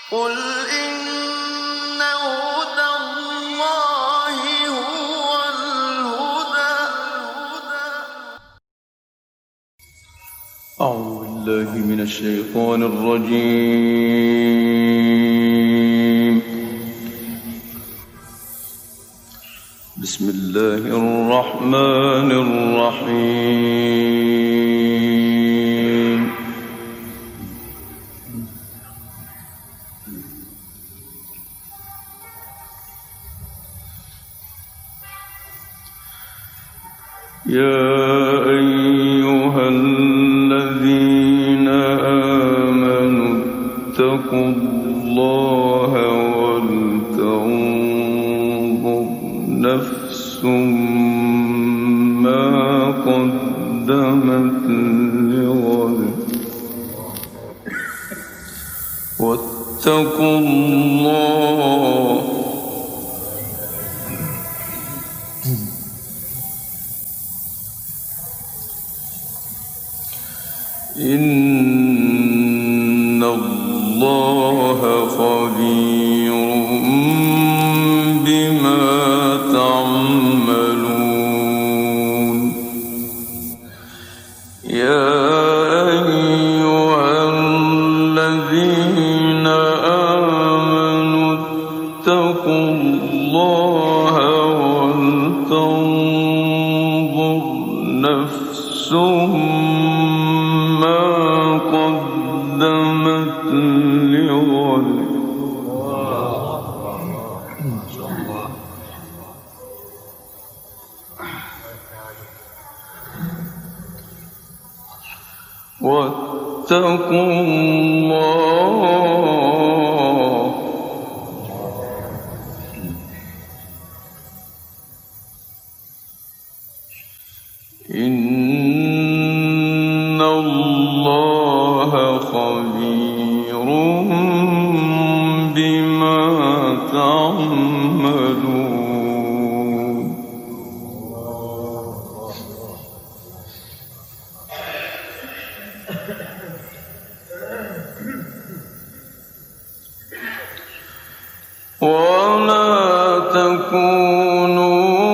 قل إن هدى الله هو الهدى. أعوذ بالله من الشيطان الرجيم. بسم الله الرحمن الرحيم. يا أيها الذين آمنوا اتقوا الله ولتنظر نفس ما قدمت لغد واتقوا الله إن الله خبير بما تعملون. يا أيها الذين آمنوا اتقوا الله ولتنظر نفس قدمت لغد واتقوا الله إن الله خبير بما تعملون. ولا تكونوا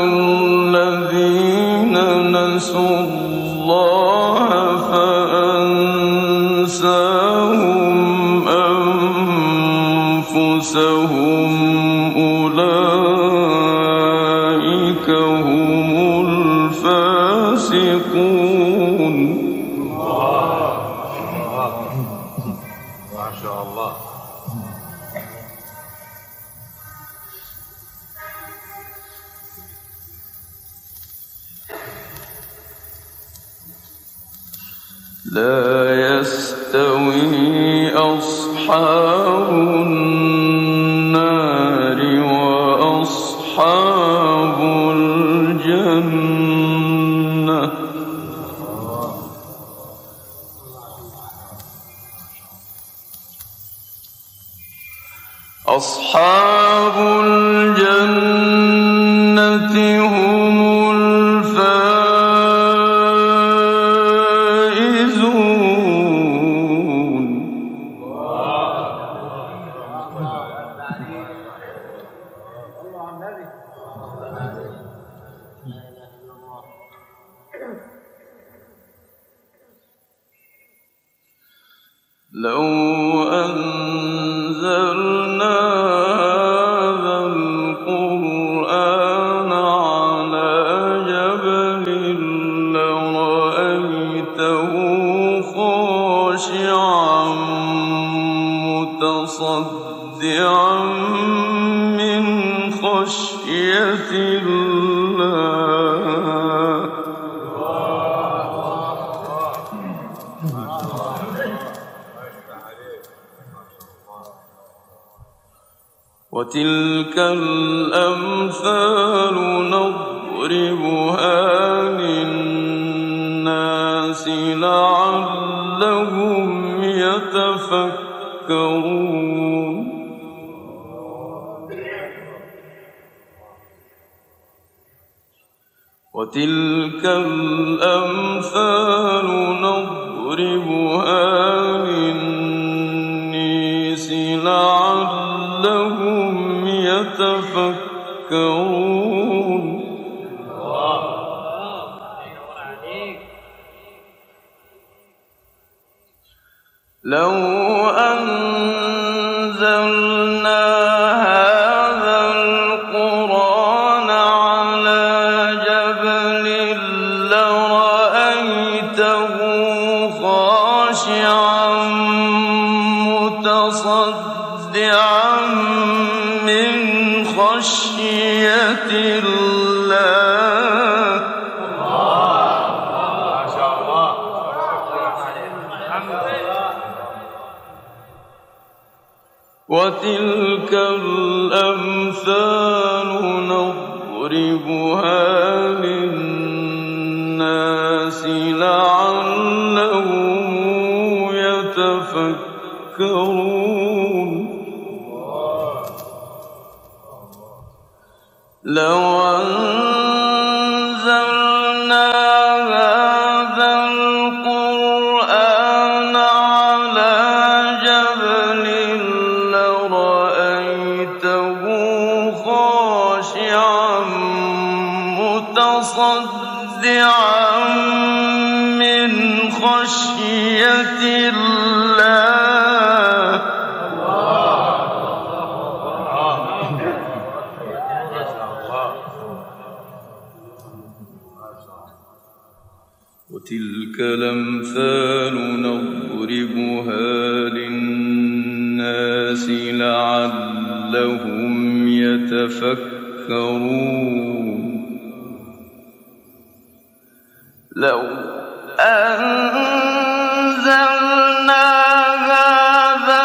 كالذين نسوا الله فأنساهم أنفسهم أولئك هم الفاسقون. ما شاء الله. لا يستوي أصحاب النار وأصحاب الجنة. أصحاب الجنة هم لو أنزلنا هذا القرآن على جبل لرأيته خاشعا متصدعا من خشية الله. وتلك الأمثال نضربها للناس لعلهم يتفكرون. وتلك الأمثال نضربها للناس يتفكرون لو أنزلنا هذا القرآن على جبل لرأيته خاشعا متصدعا من خشية الله ما شاء الله. وتلك الأمثال نضربها للناس لعلهم يتفكرون لو أنزلنا هذا القرآن على جبل لرأيته خاشعا متصدعا من خشية الله وتلك الأمثال نضربها للناس لعلهم يتفكرون لو أنزلنا هذا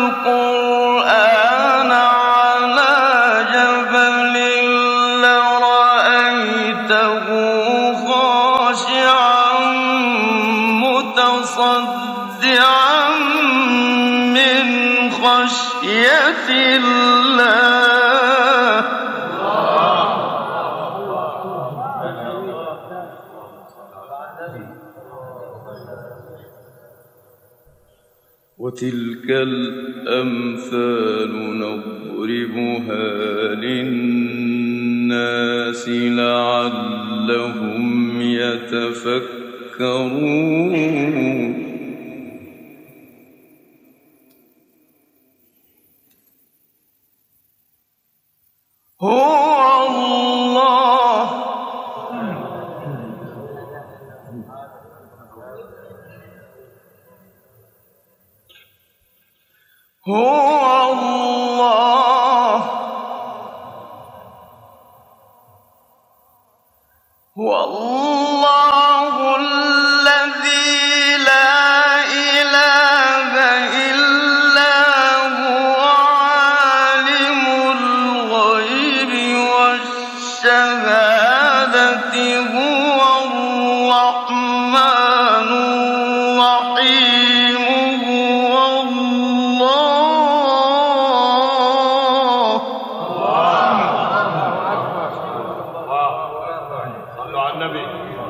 القرآن على جبل لرأيته خاشعا متصدعا من خشية الله وتلك الأمثال نضربها للناس لعلهم يتفكرون هو الله هو الله هو الله الذي لا إله إلا هو عالم الغيب والشهادة هو الرحمن الرحيم هو الله صلوا على النبي.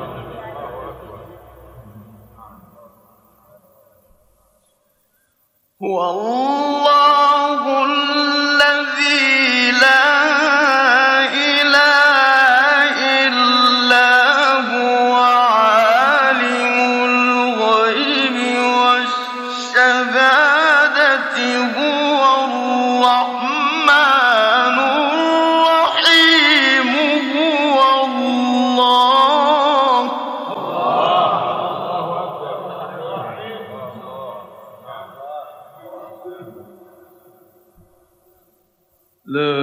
هو الله الذي لا إله إلا هو عالم الغيب والشهادة هو الرحمن الرحيم هو الله لا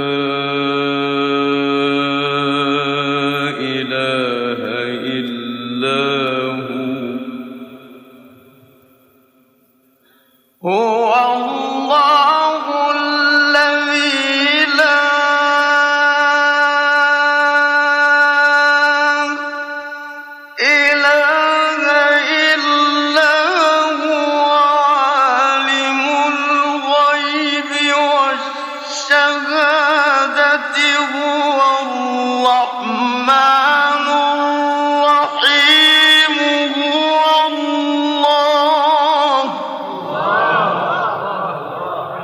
إله إلا هو الله الذي لا إله إلا هو عالم الغيب والشهادة هو الرحمن الرحيم هو الله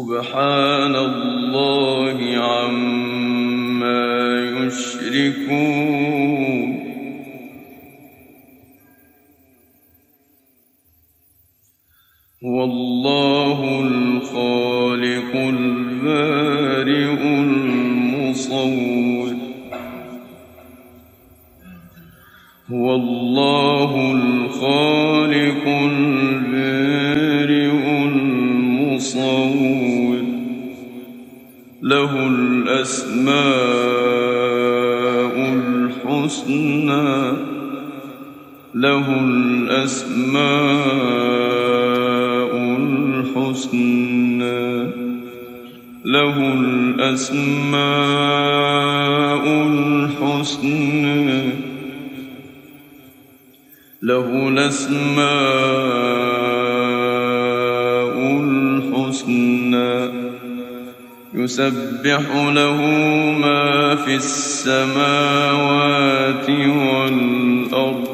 سبحان الله عما يشركون هو الله الخالق البارئ المصور هو الله الخالق البارئ المصور له الأسماء الحسنى له الأسماء الحسنى له الأسماء الحسنى له الأسماء الحسنى يسبح له ما في السماوات والأرض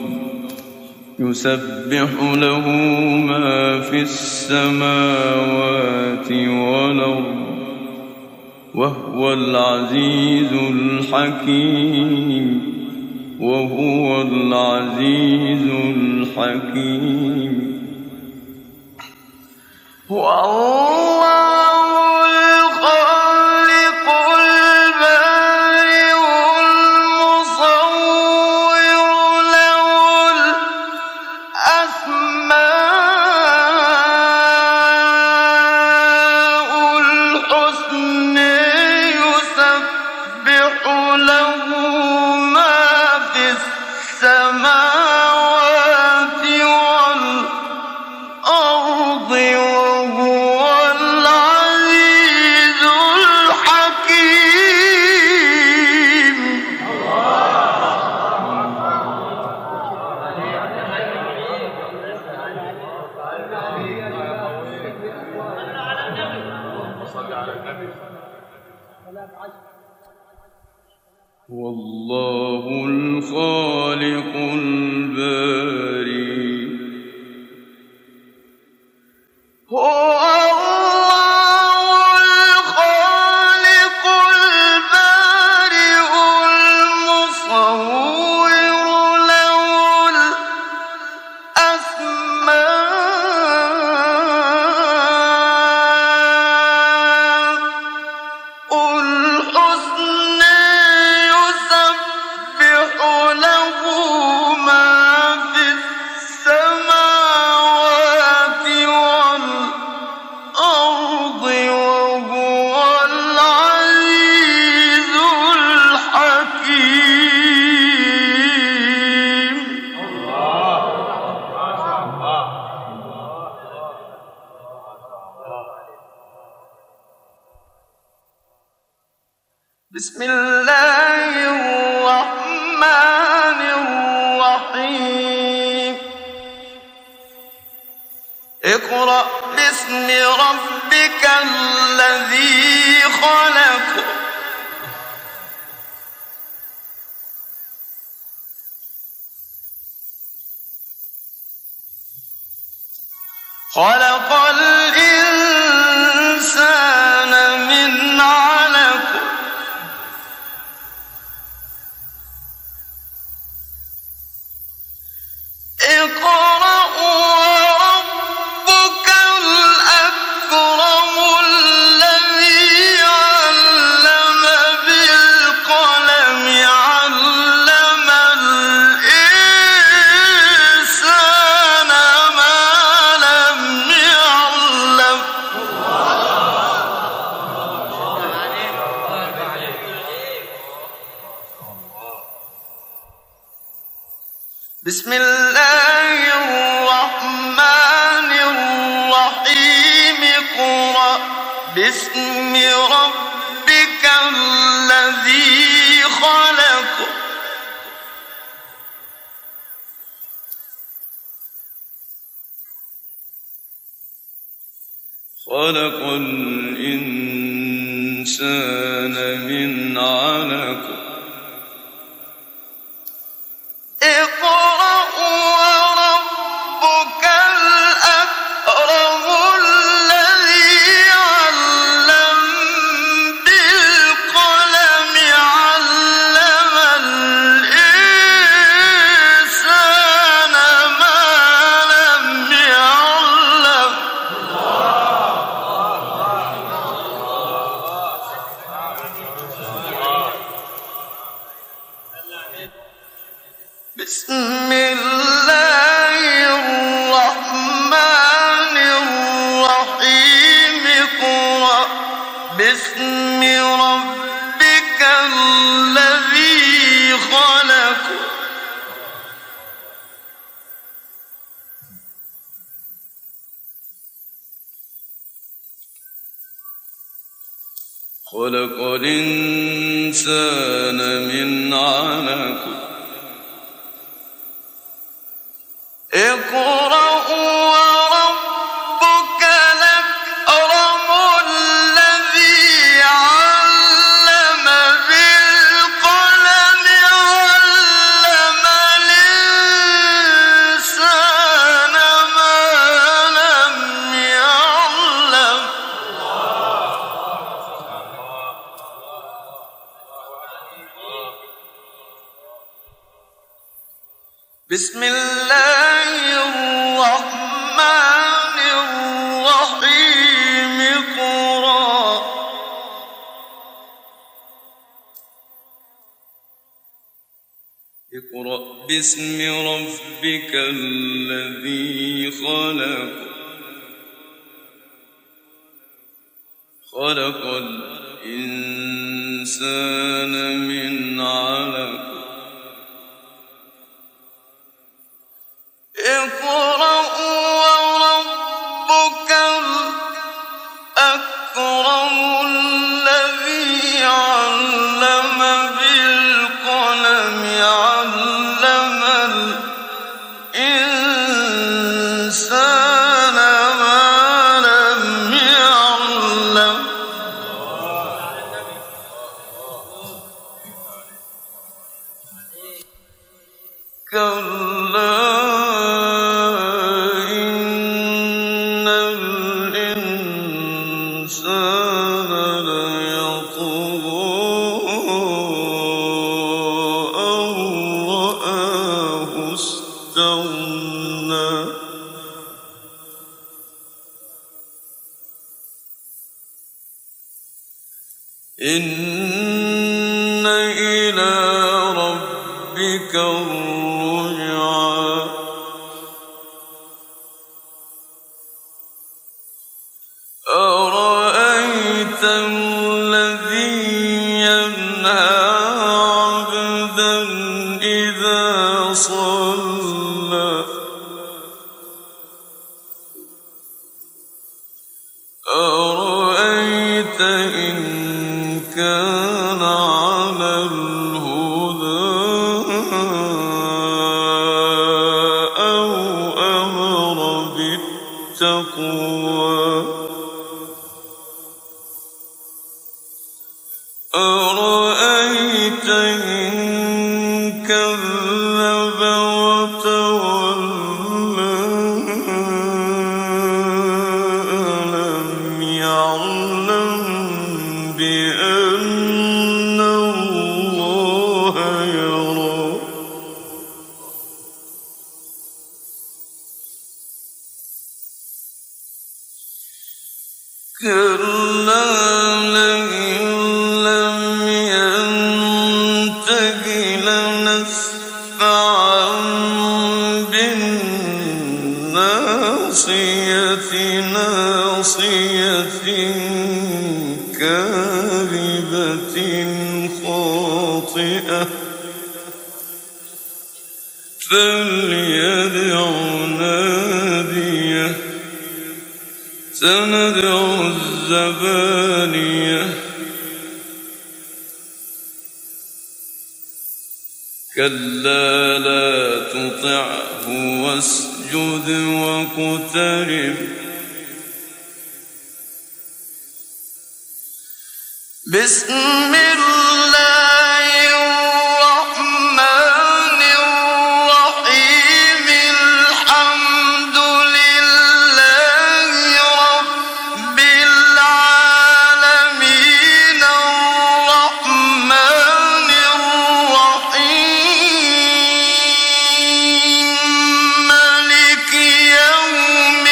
يسبح له ما في السماوات والأرض وهو العزيز الحكيم وهو العزيز الحكيم والله الخالق البارئ المصور له الأسماء الحسنى يسبح له ما في السماوات والأرض وهو العزيز الحكيم والله الخالق البارئ هو الله الخالق البارئ المصور له الأسماء الحسنى يسبح له ما في السماوات والأرض وهو العزيز الحكيم بسم الله الرحمن الرحيم اقرأ باسم ربك الذي خلق خلق الإنسان من علق اقرأ وربك الأكرم الذي علم بالقلم علم الإنسان ما لم يعلم بسم الله الرحمن الرحيم اقرأ باسم ربك الذي خلق خلق الإنسان من علق اقرأ وربك الأكرم الذي علم بسم الله الرحمن الرحيم اقرأ باسم ربك الذي خلق خلق الإنسان من علق اقرأ وربك الأكرم الذي علم بالقلم علم الإنسان ما لم يعلم بسم الله الرحمن الرحيم اقرأ باسم ربك الذي خلق خلق الإنسان من علق اقرأ وربك الأكرم الذي علم بالقلم علم الإنسان ما لم يعلم كلا إن الإنسان ليطغى أن رآه استغنى إن إلى ربك الرجعى أرأيت الذي ينهى عبدا إذا صلى أرأيت إن كان على الهدى أو أمر بالتقوى أرأيت إن كذب وتولى ألم يعلم بأن الله يرى كلا لئن لم ينته لنسفعا بالناصية ناصية كاذبة خاطئة فليدع ناديه سندع الزبانية كلا لا تطعه واسجد واقترب بسم الله الرحمن الرحيم الحمد لله رب العالمين الرحمن الرحيم مالك يوم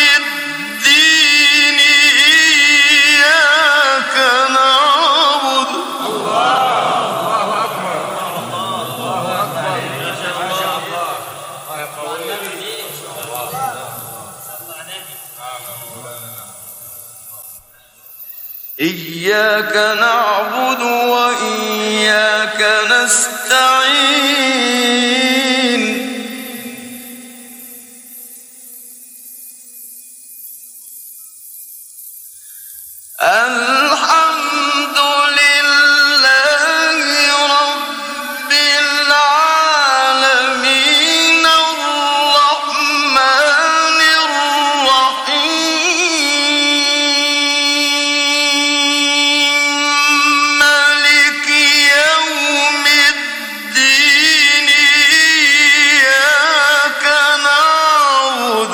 الدين إياك نعبد إياك نعبد وإياك نستعين الحمد لله رب العالمين الرحمن الرحيم مالك يوم الدين إياك نعبد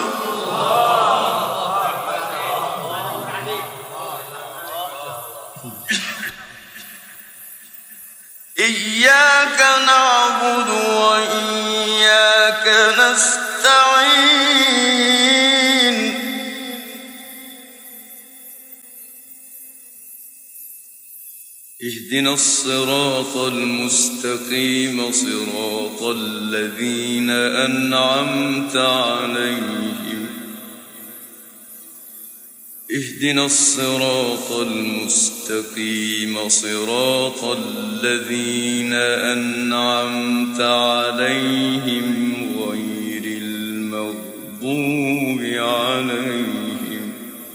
وإياك نستعين اهدنا الصراط المستقيم صراط الذين أنعمت عليهم اهدنا الصراط المستقيم صراط الذين أنعمت عليهم غير المغضوب عليهم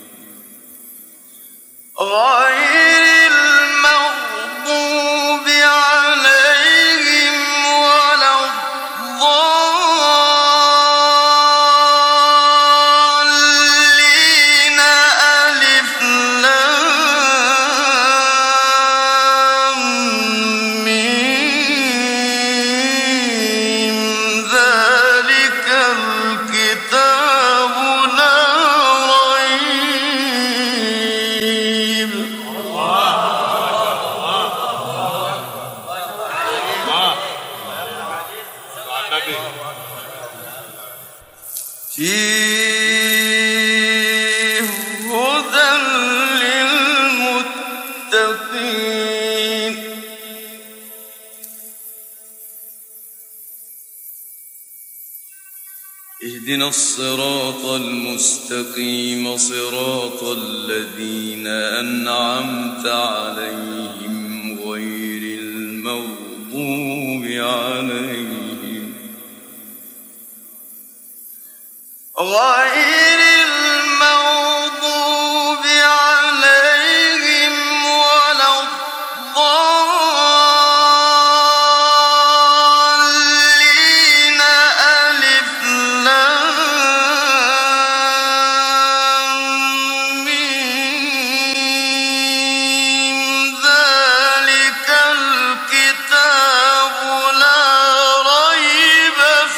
ولا الضالين ألف لام ميم ذلك الكتاب لا ريب النبي فيه هدى للمتقين اهدنا الصراط المستقيم صراط الذين أنعمت عليهم غير المغضوب عليهم ولا الضالين ألف لام ميم ذلك الكتاب لا ريب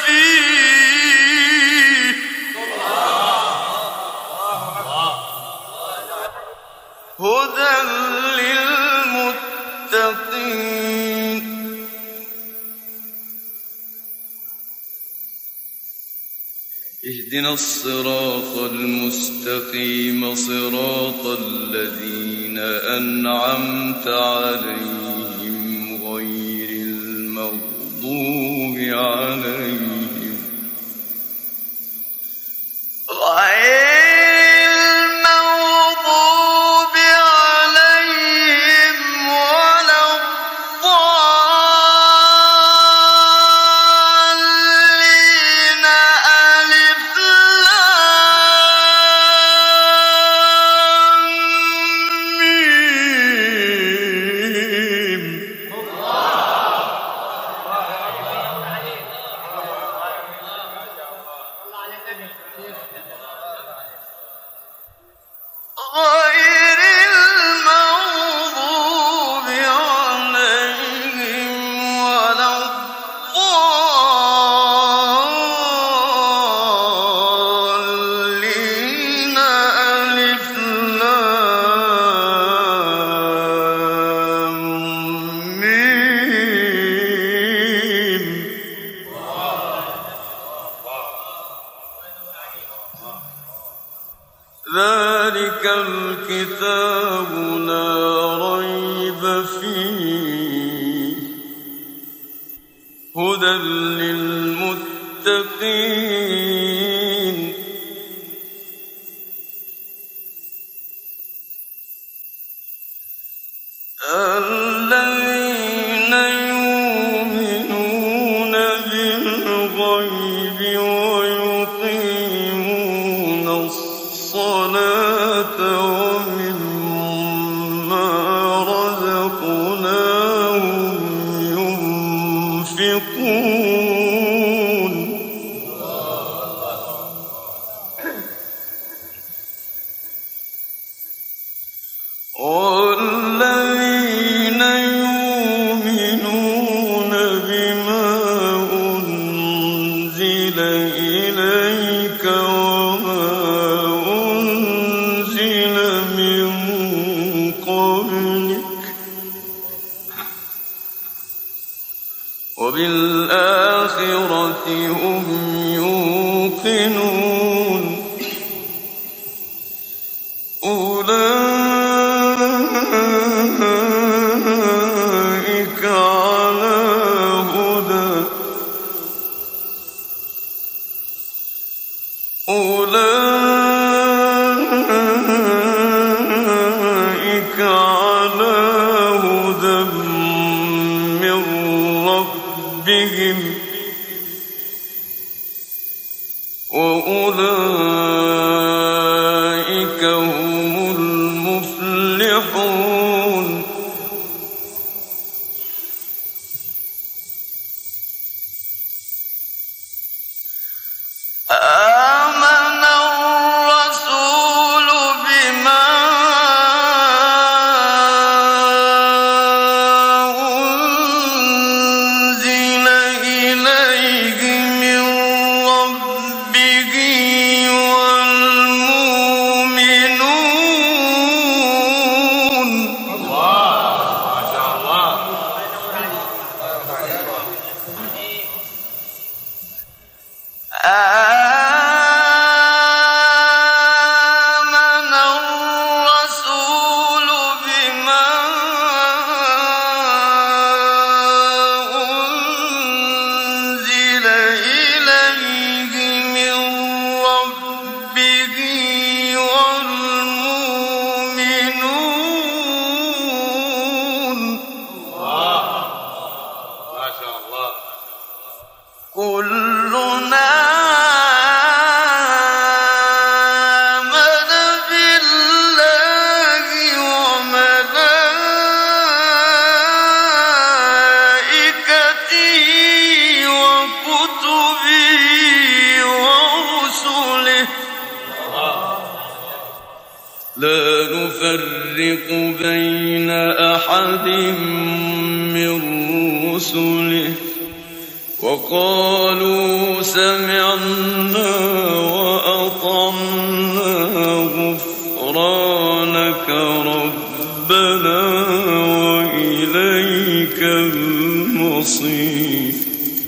فيه هدى للمتقين اهدنا الصراط المستقيم صراط الذين أنعمت عليهم غير المغضوب عليهم ولا الضالين ألف لام ميم غير المغضوب عليهم ولا الضالين ألف لام ميم ذلك الكتاب لا ريب فيه هدى للمتقين الذين يؤمنون بالغيب ويقيمون الصلاة ومما رزقناهم ينفقون والذين يؤمنون بما أنزل إليك وما أنزل من قبلك وبالآخرة هم يوقنون أولئك على هدى من ربهم وأولئك هم المفلحون آمن الرسول بما أنزل إليه من ربه والمؤمنون ما شاء الله. آمن الرسول بما أنزل إليه من ربه والمؤمنون ما شاء الله. كلنا آمن بالله وملائكته وكتبه ورسله لا نفرق بين أحد من رسله وقالوا سمعنا وأطعنا غفرانك ربنا وإليك المصير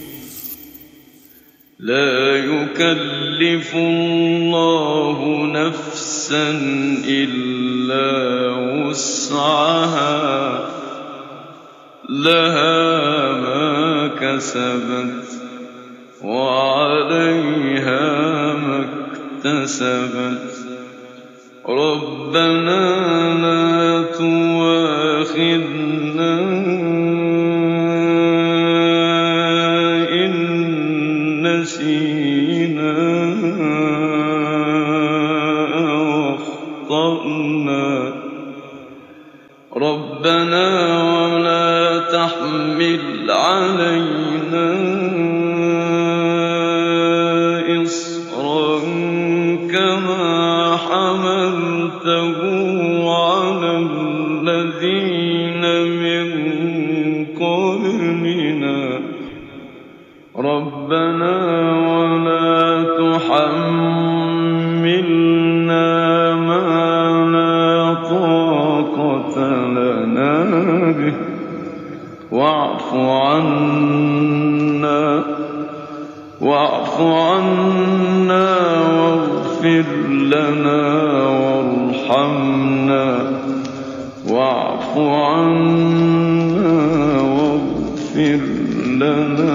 لا يكلف الله نفسا إلا وسعها لها ما كسبت وعليها ما اكتسبت ربنا لا تؤاخذنا إن نسينا أو أخطأنا ربنا ولا تحمل علينا إصرا كما حملته على الذين من قبلنا ربنا ولا تحملنا ما لا طاقة لنا به واعف عنا واغفر لنا وارحمنا واعف عنا واغفر لنا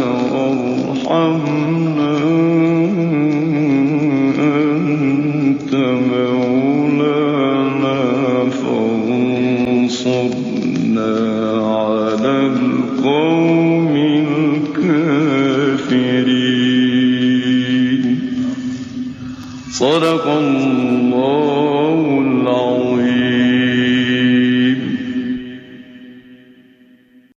وارحمنا أنت مولانا فانصرنا القوم الكافرين. صدق الله العظيم.